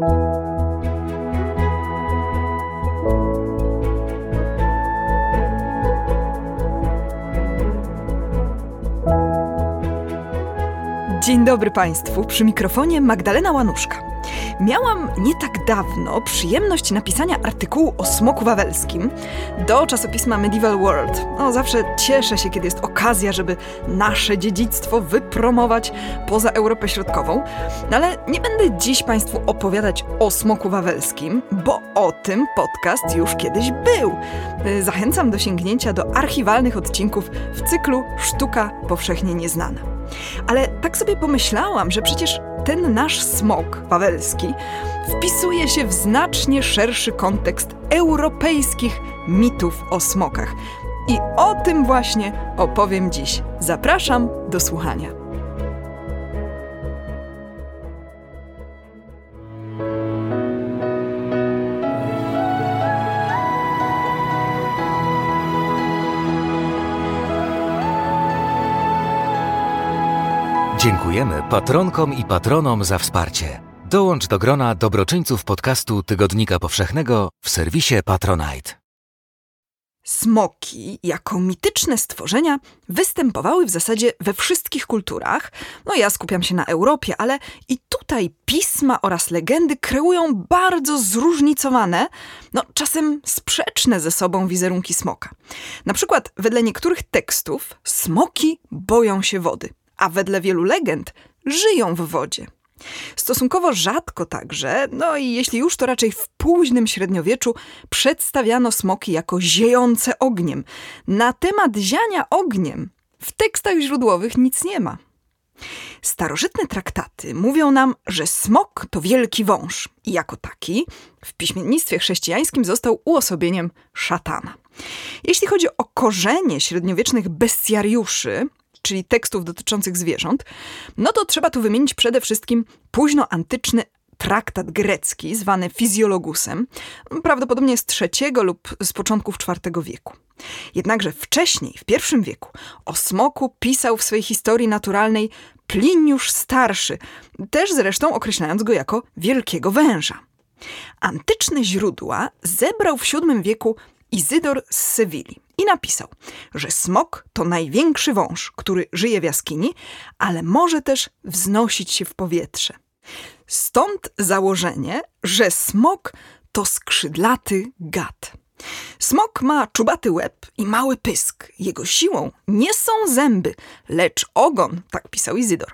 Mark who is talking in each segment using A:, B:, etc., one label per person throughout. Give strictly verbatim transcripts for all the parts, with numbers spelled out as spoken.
A: Dzień dobry Państwu, przy mikrofonie Magdalena Łanuszka. Miałam nie tak dawno przyjemność napisania artykułu o smoku wawelskim do czasopisma Medieval World. No, zawsze cieszę się, kiedy jest okazja, żeby nasze dziedzictwo wypromować poza Europę Środkową. No ale nie będę dziś Państwu opowiadać o smoku wawelskim, bo o tym podcast już kiedyś był. Zachęcam do sięgnięcia do archiwalnych odcinków w cyklu Sztuka powszechnie nieznana. Ale tak sobie pomyślałam, że przecież ten nasz smok wawelski wpisuje się w znacznie szerszy kontekst europejskich mitów o smokach. I o tym właśnie opowiem dziś. Zapraszam do słuchania.
B: Dziękujemy patronkom i patronom za wsparcie. Dołącz do grona dobroczyńców podcastu Tygodnika Powszechnego w serwisie Patronite.
A: Smoki jako mityczne stworzenia występowały w zasadzie we wszystkich kulturach. No ja skupiam się na Europie, ale i tutaj pisma oraz legendy kreują bardzo zróżnicowane, no czasem sprzeczne ze sobą wizerunki smoka. Na przykład wedle niektórych tekstów smoki boją się wody, a wedle wielu legend żyją w wodzie. Stosunkowo rzadko także, no i jeśli już, to raczej w późnym średniowieczu przedstawiano smoki jako ziejące ogniem. Na temat ziania ogniem w tekstach źródłowych nic nie ma. Starożytne traktaty mówią nam, że smok to wielki wąż i jako taki w piśmiennictwie chrześcijańskim został uosobieniem szatana. Jeśli chodzi o korzenie średniowiecznych bestiariuszy, czyli tekstów dotyczących zwierząt, no to trzeba tu wymienić przede wszystkim późnoantyczny traktat grecki, zwany Fizjologusem, prawdopodobnie z trzeciego lub z początków czwartego wieku. Jednakże wcześniej, w pierwszym wieku, o smoku pisał w swej historii naturalnej Pliniusz Starszy, też zresztą określając go jako wielkiego węża. Antyczne źródła zebrał w siódmym wieku Izydor z Sewilli i napisał, że smok to największy wąż, który żyje w jaskini, ale może też wznosić się w powietrze. Stąd założenie, że smok to skrzydlaty gad. Smok ma czubaty łeb i mały pysk. Jego siłą nie są zęby, lecz ogon, tak pisał Izydor.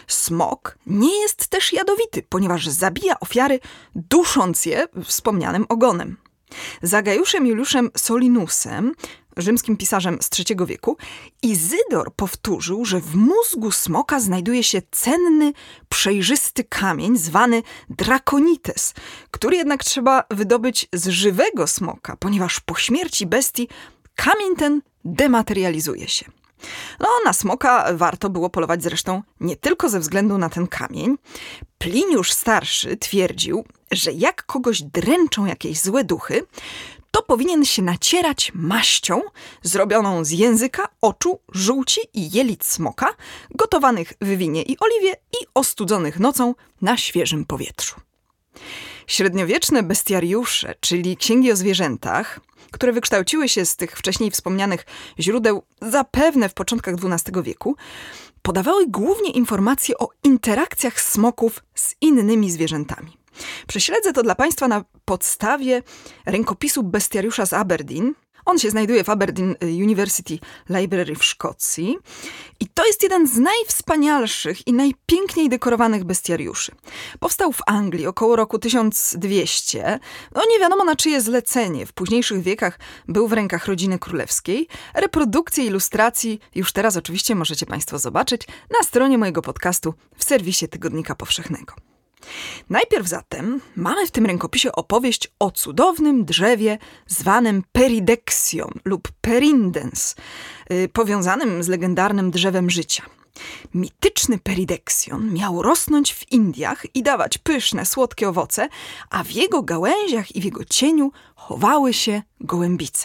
A: Smok nie jest też jadowity, ponieważ zabija ofiary, dusząc je wspomnianym ogonem. Za Gajuszem Juliuszem Solinusem, rzymskim pisarzem z trzeciego wieku, Izydor powtórzył, że w mózgu smoka znajduje się cenny, przejrzysty kamień zwany drakonites, który jednak trzeba wydobyć z żywego smoka, ponieważ po śmierci bestii kamień ten dematerializuje się. No, na smoka warto było polować zresztą nie tylko ze względu na ten kamień. Pliniusz Starszy twierdził, że jak kogoś dręczą jakieś złe duchy, to powinien się nacierać maścią zrobioną z języka, oczu, żółci i jelit smoka, gotowanych w winie i oliwie i ostudzonych nocą na świeżym powietrzu. Średniowieczne bestiariusze, czyli księgi o zwierzętach, które wykształciły się z tych wcześniej wspomnianych źródeł zapewne w początkach dwunastego wieku, podawały głównie informacje o interakcjach smoków z innymi zwierzętami. Prześledzę to dla Państwa na podstawie rękopisu bestiariusza z Aberdeen. On się znajduje w Aberdeen University Library w Szkocji i to jest jeden z najwspanialszych i najpiękniej dekorowanych bestiariuszy. Powstał w Anglii około roku tysiąc dwieście. No nie wiadomo na czyje zlecenie. W późniejszych wiekach był w rękach rodziny królewskiej. Reprodukcje ilustracji już teraz oczywiście możecie Państwo zobaczyć na stronie mojego podcastu w serwisie Tygodnika Powszechnego. Najpierw zatem mamy w tym rękopisie opowieść o cudownym drzewie zwanym peridexion lub perindens, yy, powiązanym z legendarnym drzewem życia. Mityczny peridexion miał rosnąć w Indiach i dawać pyszne, słodkie owoce, a w jego gałęziach i w jego cieniu chowały się gołębice.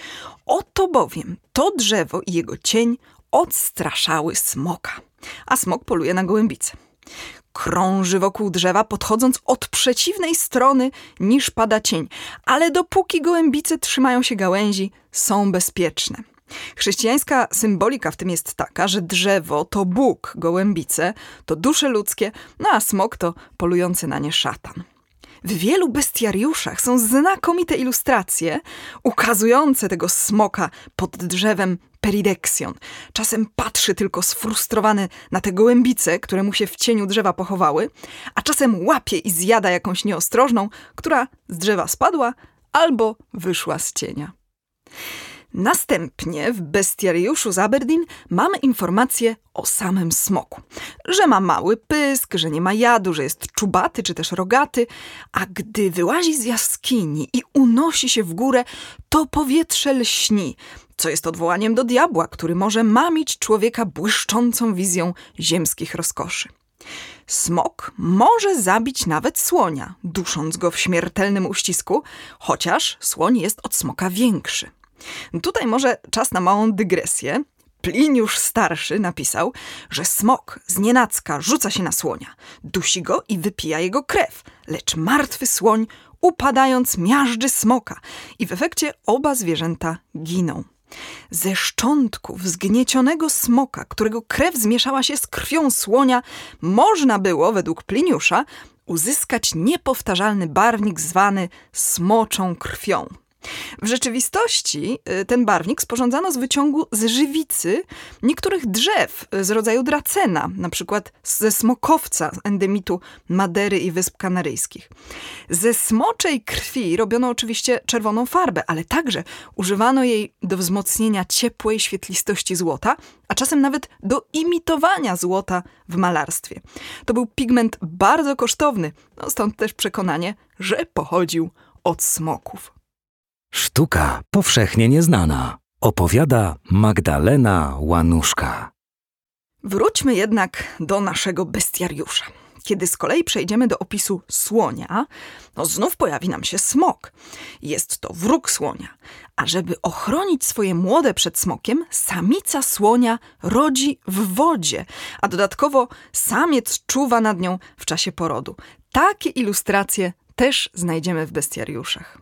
A: Oto bowiem to drzewo i jego cień odstraszały smoka, a smok poluje na gołębice. krąży wokół drzewa, podchodząc od przeciwnej strony niż pada cień. Ale dopóki gołębice trzymają się gałęzi, są bezpieczne. Chrześcijańska symbolika w tym jest taka, że drzewo to Bóg, gołębice to dusze ludzkie, no a smok to polujący na nie szatan. W wielu bestiariuszach są znakomite ilustracje ukazujące tego smoka pod drzewem Perideksion. Czasem patrzy tylko sfrustrowany na te gołębice, które mu się w cieniu drzewa pochowały, a czasem łapie i zjada jakąś nieostrożną, która z drzewa spadła albo wyszła z cienia. Następnie w bestiariuszu z Aberdeen mamy informację o samym smoku. Że ma mały pysk, że nie ma jadu, że jest czubaty czy też rogaty, a gdy wyłazi z jaskini i unosi się w górę, to powietrze lśni, co jest odwołaniem do diabła, który może mamić człowieka błyszczącą wizją ziemskich rozkoszy. Smok może zabić nawet słonia, dusząc go w śmiertelnym uścisku, chociaż słoń jest od smoka większy. Tutaj może czas na małą dygresję. Pliniusz Starszy napisał, że smok znienacka rzuca się na słonia, dusi go i wypija jego krew, lecz martwy słoń, upadając, miażdży smoka i w efekcie oba zwierzęta giną. Ze szczątków zgniecionego smoka, którego krew zmieszała się z krwią słonia, można było, według Pliniusza, uzyskać niepowtarzalny barwnik zwany smoczą krwią. W rzeczywistości ten barwnik sporządzano z wyciągu z żywicy niektórych drzew z rodzaju dracena, na przykład ze smokowca endemitu Madery i Wysp Kanaryjskich. Ze smoczej krwi robiono oczywiście czerwoną farbę, ale także używano jej do wzmocnienia ciepłej świetlistości złota, a czasem nawet do imitowania złota w malarstwie. To był pigment bardzo kosztowny, no stąd też przekonanie, że pochodził od smoków.
B: Sztuka powszechnie nieznana. Opowiada Magdalena Łanuszka.
A: Wróćmy jednak do naszego bestiariusza. Kiedy z kolei przejdziemy do opisu słonia, no znów pojawi nam się smok. Jest to wróg słonia. A żeby ochronić swoje młode przed smokiem, samica słonia rodzi w wodzie, a dodatkowo samiec czuwa nad nią w czasie porodu. Takie ilustracje też znajdziemy w bestiariuszach.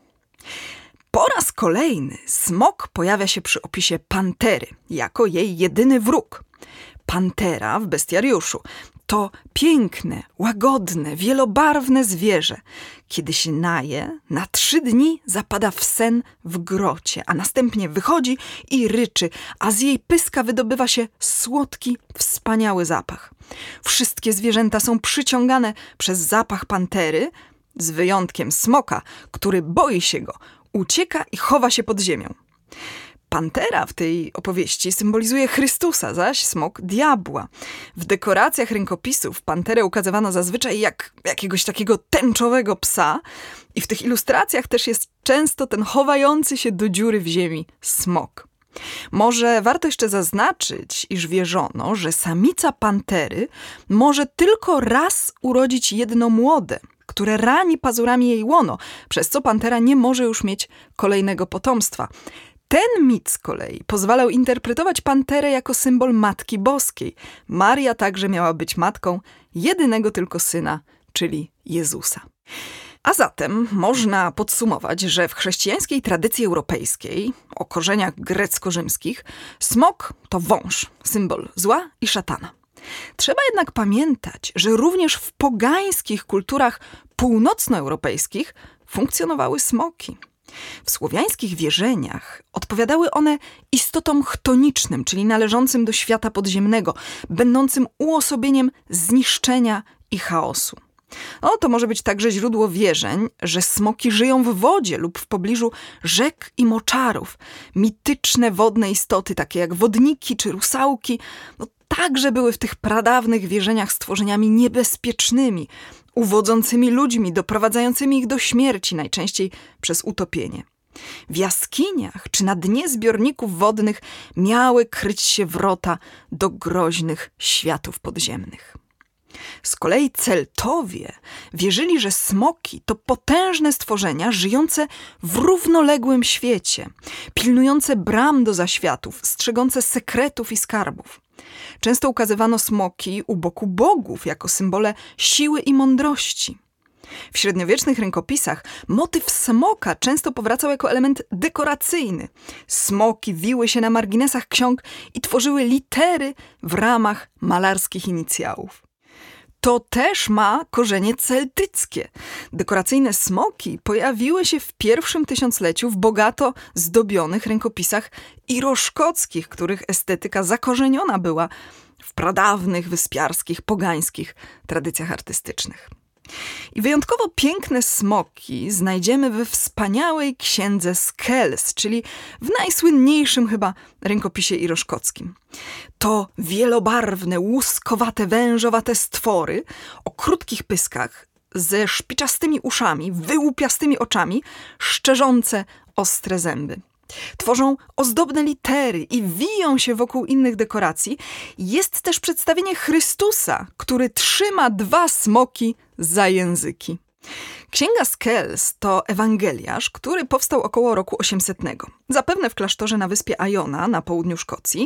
A: Po raz kolejny smok pojawia się przy opisie pantery, jako jej jedyny wróg. Pantera w bestiariuszu to piękne, łagodne, wielobarwne zwierzę. Kiedy się naje, na trzy dni zapada w sen w grocie, a następnie wychodzi i ryczy, a z jej pyska wydobywa się słodki, wspaniały zapach. Wszystkie zwierzęta są przyciągane przez zapach pantery, z wyjątkiem smoka, który boi się go, ucieka i chowa się pod ziemią. Pantera w tej opowieści symbolizuje Chrystusa, zaś smok diabła. W dekoracjach rękopisów panterę ukazywano zazwyczaj jak jakiegoś takiego tęczowego psa i w tych ilustracjach też jest często ten chowający się do dziury w ziemi smok. Może warto jeszcze zaznaczyć, iż wierzono, że samica pantery może tylko raz urodzić jedno młode, które rani pazurami jej łono, przez co pantera nie może już mieć kolejnego potomstwa. Ten mit z kolei pozwalał interpretować panterę jako symbol Matki Boskiej. Maria także miała być matką jedynego tylko syna, czyli Jezusa. A zatem można podsumować, że w chrześcijańskiej tradycji europejskiej, o korzeniach grecko-rzymskich, smok to wąż, symbol zła i szatana. Trzeba jednak pamiętać, że również w pogańskich kulturach północnoeuropejskich funkcjonowały smoki. W słowiańskich wierzeniach odpowiadały one istotom chtonicznym, czyli należącym do świata podziemnego, będącym uosobieniem zniszczenia i chaosu. No, to może być także źródło wierzeń, że smoki żyją w wodzie lub w pobliżu rzek i moczarów. Mityczne wodne istoty, takie jak wodniki czy rusałki, no, także były w tych pradawnych wierzeniach stworzeniami niebezpiecznymi, uwodzącymi ludźmi, doprowadzającymi ich do śmierci, najczęściej przez utopienie. W jaskiniach czy na dnie zbiorników wodnych miały kryć się wrota do groźnych światów podziemnych. Z kolei Celtowie wierzyli, że smoki to potężne stworzenia żyjące w równoległym świecie, pilnujące bram do zaświatów, strzegące sekretów i skarbów. Często ukazywano smoki u boku bogów jako symbole siły i mądrości. W średniowiecznych rękopisach motyw smoka często powracał jako element dekoracyjny. Smoki wiły się na marginesach ksiąg i tworzyły litery w ramach malarskich inicjałów. To też ma korzenie celtyckie. Dekoracyjne smoki pojawiły się w pierwszym tysiącleciu w bogato zdobionych rękopisach iroszkockich, których estetyka zakorzeniona była w pradawnych, wyspiarskich, pogańskich tradycjach artystycznych. I wyjątkowo piękne smoki znajdziemy we wspaniałej księdze Skells, czyli w najsłynniejszym chyba rękopisie iroszkockim. To wielobarwne, łuskowate, wężowate stwory o krótkich pyskach, ze szpiczastymi uszami, wyłupiastymi oczami, szczerzące ostre zęby. Tworzą ozdobne litery i wiją się wokół innych dekoracji. Jest też przedstawienie Chrystusa, który trzyma dwa smoki za języki. Księga Skells to ewangeliarz, który powstał około roku osiemsetnego. Zapewne w klasztorze na wyspie Iona na południu Szkocji.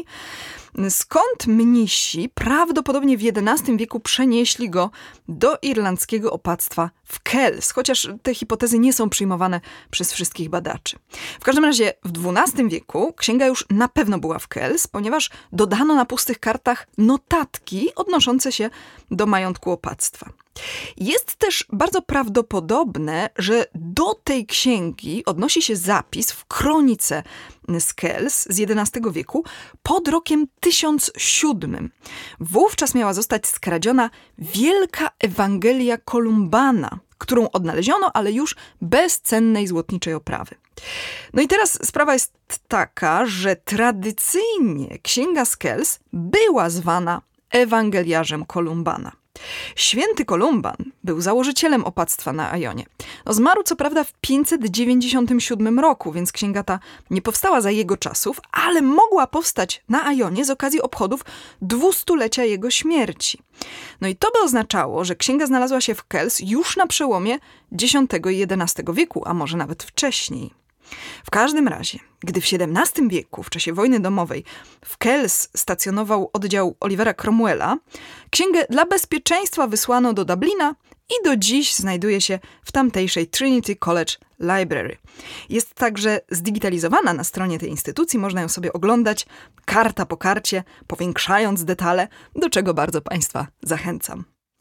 A: Skąd mnisi prawdopodobnie w jedenastym wieku przenieśli go do irlandzkiego opactwa w Kells, chociaż te hipotezy nie są przyjmowane przez wszystkich badaczy. W każdym razie w dwunastym wieku księga już na pewno była w Kells, ponieważ dodano na pustych kartach notatki odnoszące się do majątku opactwa. Jest też bardzo prawdopodobne, że do tej księgi odnosi się zapis w kronice Skells z jedenastego wieku pod rokiem tysiąc siódmym. Wówczas miała zostać skradziona Wielka Ewangelia Kolumbana, którą odnaleziono, ale już bez cennej złotniczej oprawy. No i teraz sprawa jest taka, że tradycyjnie księga Skells była zwana Ewangeliarzem Kolumbana. Święty Kolumban był założycielem opactwa na Ionie. No, zmarł co prawda w pięćset dziewięćdziesiątym siódmym roku, więc księga ta nie powstała za jego czasów, ale mogła powstać na Ionie z okazji obchodów dwustulecia jego śmierci. No i to by oznaczało, że księga znalazła się w Kells już na przełomie dziesiątego i jedenastego wieku, a może nawet wcześniej. W każdym razie, gdy w siedemnastym wieku, w czasie wojny domowej, w Kells stacjonował oddział Olivera Cromwella, księgę dla bezpieczeństwa wysłano do Dublina i do dziś znajduje się w tamtejszej Trinity College Library. Jest także zdigitalizowana na stronie tej instytucji, można ją sobie oglądać karta po karcie, powiększając detale, do czego bardzo Państwa zachęcam.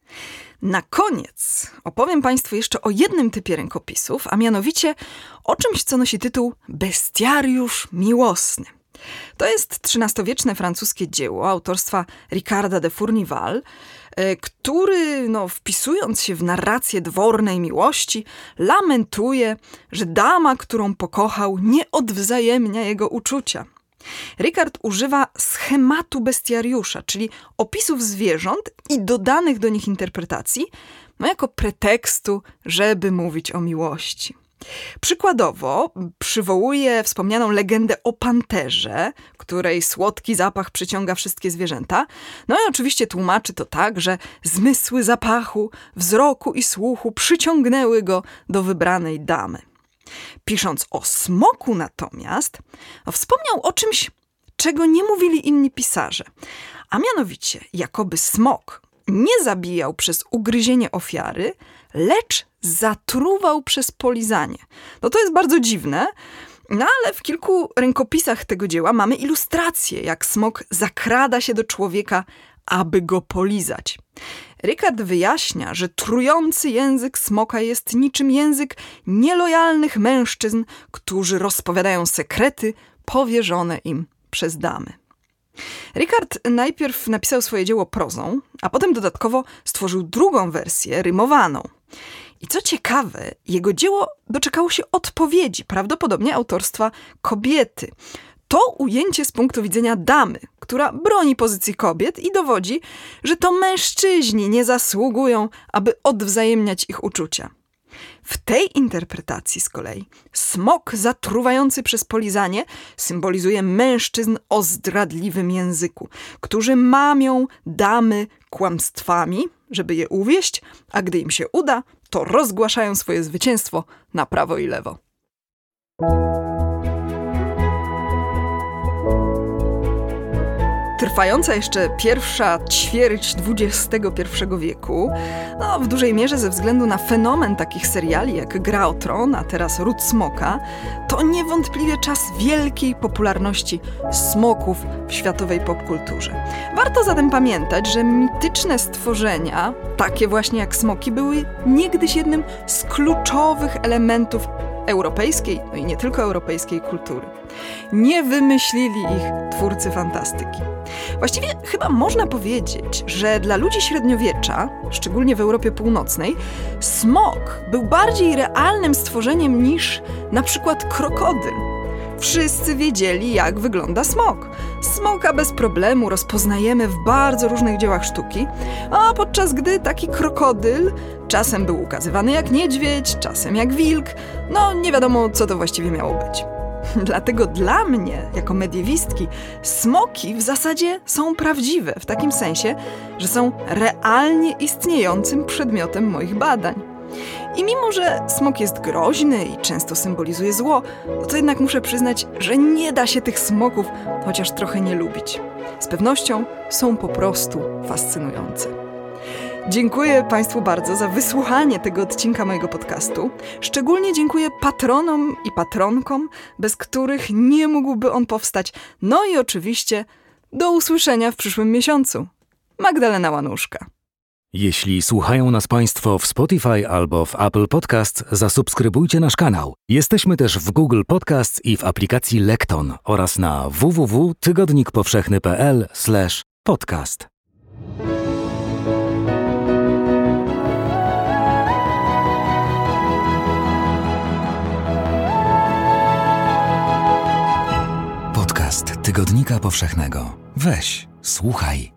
A: Na koniec opowiem Państwu jeszcze o jednym typie rękopisów, a mianowicie o czymś, co nosi tytuł Bestiariusz miłosny. To jest trzynastowieczne francuskie dzieło autorstwa Ricarda de Fournival, który, no, wpisując się w narrację dwornej miłości, lamentuje, że dama, którą pokochał, nie odwzajemnia jego uczucia. Ricard używa schematu bestiariusza, czyli opisów zwierząt i dodanych do nich interpretacji, no jako pretekstu, żeby mówić o miłości. Przykładowo przywołuje wspomnianą legendę o panterze, której słodki zapach przyciąga wszystkie zwierzęta. No i oczywiście tłumaczy to tak, że zmysły zapachu, wzroku i słuchu przyciągnęły go do wybranej damy. Pisząc o smoku natomiast, wspomniał o czymś, czego nie mówili inni pisarze. A mianowicie, jakoby smok nie zabijał przez ugryzienie ofiary, lecz zatruwał przez polizanie. No to jest bardzo dziwne, no ale w kilku rękopisach tego dzieła mamy ilustracje, jak smok zakrada się do człowieka, aby go polizać. Ricard wyjaśnia, że trujący język smoka jest niczym język nielojalnych mężczyzn, którzy rozpowiadają sekrety powierzone im przez damy. Ricard najpierw napisał swoje dzieło prozą, a potem dodatkowo stworzył drugą wersję rymowaną. I co ciekawe, jego dzieło doczekało się odpowiedzi, prawdopodobnie autorstwa kobiety. To ujęcie z punktu widzenia damy, która broni pozycji kobiet i dowodzi, że to mężczyźni nie zasługują, aby odwzajemniać ich uczucia. W tej interpretacji z kolei smok zatruwający przez polizanie symbolizuje mężczyzn o zdradliwym języku, którzy mamią damy kłamstwami, żeby je uwieść, a gdy im się uda, to rozgłaszają swoje zwycięstwo na prawo i lewo. trwająca jeszcze pierwsza ćwierć dwudziestego pierwszego wieku, no w dużej mierze ze względu na fenomen takich seriali jak Gra o Tron, a teraz Ród Smoka, to niewątpliwie czas wielkiej popularności smoków w światowej popkulturze. Warto zatem pamiętać, że mityczne stworzenia, takie właśnie jak smoki, były niegdyś jednym z kluczowych elementów europejskiej, no i nie tylko europejskiej kultury. Nie wymyślili ich twórcy fantastyki. Właściwie chyba można powiedzieć, że dla ludzi średniowiecza, szczególnie w Europie Północnej, smok był bardziej realnym stworzeniem niż na przykład krokodyl. Wszyscy wiedzieli, jak wygląda smok. Smoka bez problemu rozpoznajemy w bardzo różnych dziełach sztuki, a podczas gdy taki krokodyl czasem był ukazywany jak niedźwiedź, czasem jak wilk, no nie wiadomo, co to właściwie miało być. Dlatego dla mnie, jako mediewistki, smoki w zasadzie są prawdziwe, w takim sensie, że są realnie istniejącym przedmiotem moich badań. I mimo, że smok jest groźny i często symbolizuje zło, to jednak muszę przyznać, że nie da się tych smoków chociaż trochę nie lubić. Z pewnością są po prostu fascynujące. Dziękuję Państwu bardzo za wysłuchanie tego odcinka mojego podcastu. Szczególnie dziękuję patronom i patronkom, bez których nie mógłby on powstać. No i oczywiście do usłyszenia w przyszłym miesiącu. Magdalena Łanuszka.
B: Jeśli słuchają nas Państwo w Spotify albo w Apple Podcasts, zasubskrybujcie nasz kanał. Jesteśmy też w Google Podcasts i w aplikacji Lekton oraz na w w w kropka tygodnik powszechny kropka p l slash podcast. Podcast Tygodnika Powszechnego. Weź, słuchaj.